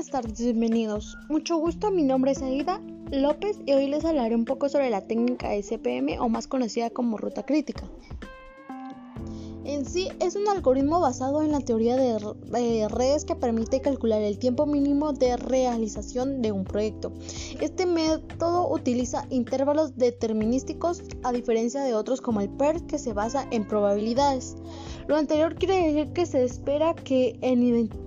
Buenas tardes, bienvenidos. Mucho gusto, mi nombre es Aida López y hoy les hablaré un poco sobre la técnica SPM o más conocida como ruta crítica. En sí, es un algoritmo basado en la teoría de redes que permite calcular el tiempo mínimo de realización de un proyecto. Este método utiliza intervalos determinísticos a diferencia de otros como el PERT, que se basa en probabilidades. Lo anterior quiere decir que se espera que en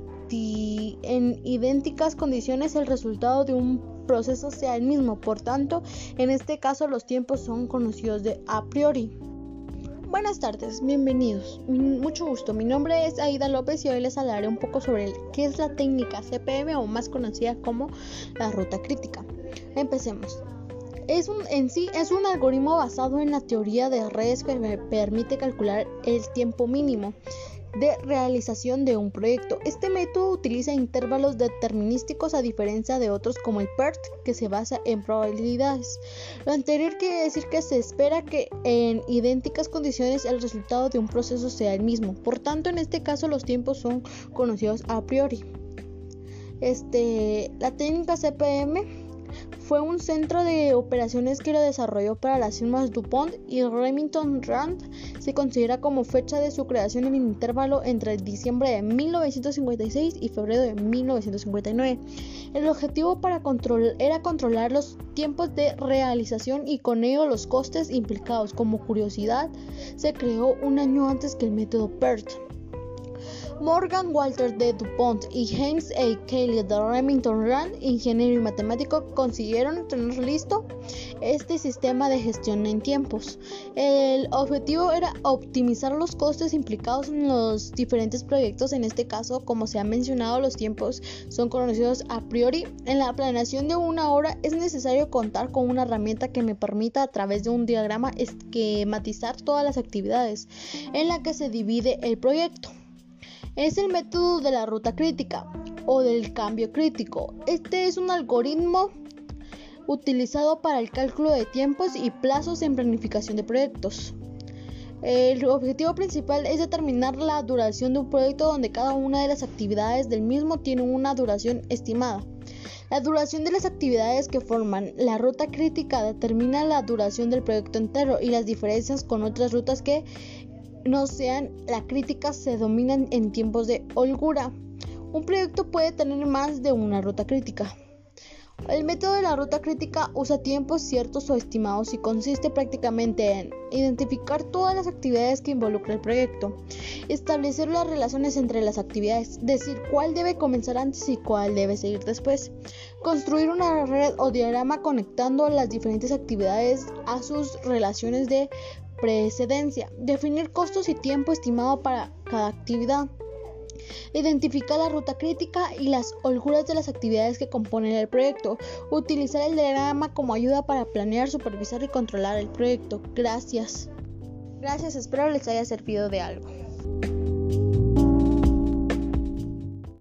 idénticas condiciones el resultado de un proceso sea el mismo. Por tanto, en este caso los tiempos son conocidos a priori. Buenas tardes, bienvenidos. Mucho gusto. Mi nombre es Aida López y hoy les hablaré un poco sobre qué es la técnica CPM o más conocida como la ruta crítica. Empecemos. Es un algoritmo basado en la teoría de redes que permite calcular el tiempo mínimo de realización de un proyecto. Este método utiliza intervalos determinísticos a diferencia de otros como el PERT, que se basa en probabilidades. Lo anterior quiere decir que se espera que en idénticas condiciones el resultado de un proceso sea el mismo. Por tanto, en este caso los tiempos son conocidos a priori. La técnica CPM fue un centro de operaciones que lo desarrolló para las firmas DuPont y Remington Rand. Se considera como fecha de su creación en el intervalo entre diciembre de 1956 y febrero de 1959. El objetivo era controlar los tiempos de realización y con ello los costes implicados. Como curiosidad, se creó un año antes que el método PERT. Morgan Walter de DuPont y James A. Kelly de Remington Rand, ingeniero y matemático, consiguieron tener listo este sistema de gestión en tiempos. El objetivo era optimizar los costes implicados en los diferentes proyectos. En este caso, como se ha mencionado, los tiempos son conocidos a priori. En la planeación de una obra es necesario contar con una herramienta que me permita a través de un diagrama esquematizar todas las actividades en la que se divide el proyecto. Es el método de la ruta crítica o del cambio crítico. Este es un algoritmo utilizado para el cálculo de tiempos y plazos en planificación de proyectos. El objetivo principal es determinar la duración de un proyecto donde cada una de las actividades del mismo tiene una duración estimada. La duración de las actividades que forman la ruta crítica determina la duración del proyecto entero y las diferencias con otras rutas que no sean la crítica se dominan en tiempos de holgura. Un proyecto puede tener más de una ruta crítica. El método de la ruta crítica usa tiempos ciertos o estimados y consiste prácticamente en identificar todas las actividades que involucra el proyecto, establecer las relaciones entre las actividades, decir cuál debe comenzar antes y cuál debe seguir después, construir una red o diagrama conectando las diferentes actividades a sus relaciones de precedencia, definir costos y tiempo estimado para cada actividad, identificar la ruta crítica y las holguras de las actividades que componen el proyecto, utilizar el diagrama como ayuda para planear, supervisar y controlar el proyecto. Gracias, espero les haya servido de algo.